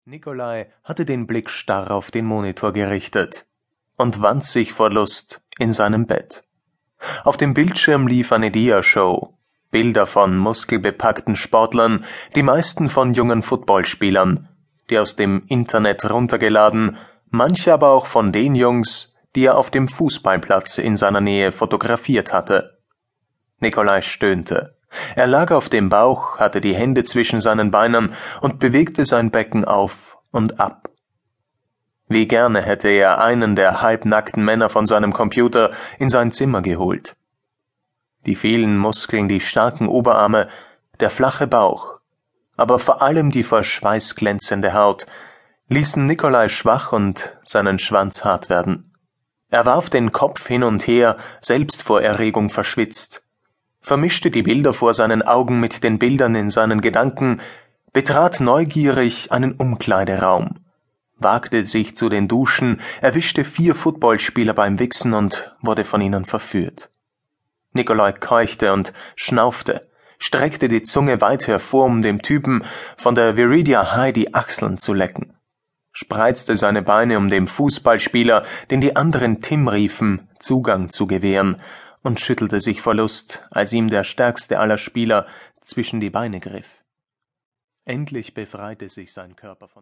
Nikolai hatte den Blick starr auf den Monitor gerichtet und wand sich vor Lust in seinem Bett. Auf dem Bildschirm lief eine Dia-Show, Bilder von muskelbepackten Sportlern, die meisten von jungen Footballspielern, die aus dem Internet runtergeladen, manche aber auch von den Jungs, die er auf dem Fußballplatz in seiner Nähe fotografiert hatte. Nikolai stöhnte. Er lag auf dem Bauch, hatte die Hände zwischen seinen Beinen und bewegte sein Becken auf und ab. Wie gerne hätte er einen der halbnackten Männer von seinem Computer in sein Zimmer geholt. Die vielen Muskeln, die starken Oberarme, der flache Bauch, aber vor allem die vor Schweiß glänzende Haut, ließen Nikolai schwach und seinen Schwanz hart werden. Er warf den Kopf hin und her, selbst vor Erregung verschwitzt, vermischte die Bilder vor seinen Augen mit den Bildern in seinen Gedanken, betrat neugierig einen Umkleideraum, wagte sich zu den Duschen, erwischte 4 Footballspieler beim Wichsen und wurde von ihnen verführt. Nikolai keuchte und schnaufte, streckte die Zunge weit hervor, um dem Typen von der Viridia High die Achseln zu lecken, spreizte seine Beine, um dem Fußballspieler, den die anderen Tim riefen, Zugang zu gewähren, und schüttelte sich vor Lust, als ihm der stärkste aller Spieler zwischen die Beine griff. Endlich befreite sich sein Körper von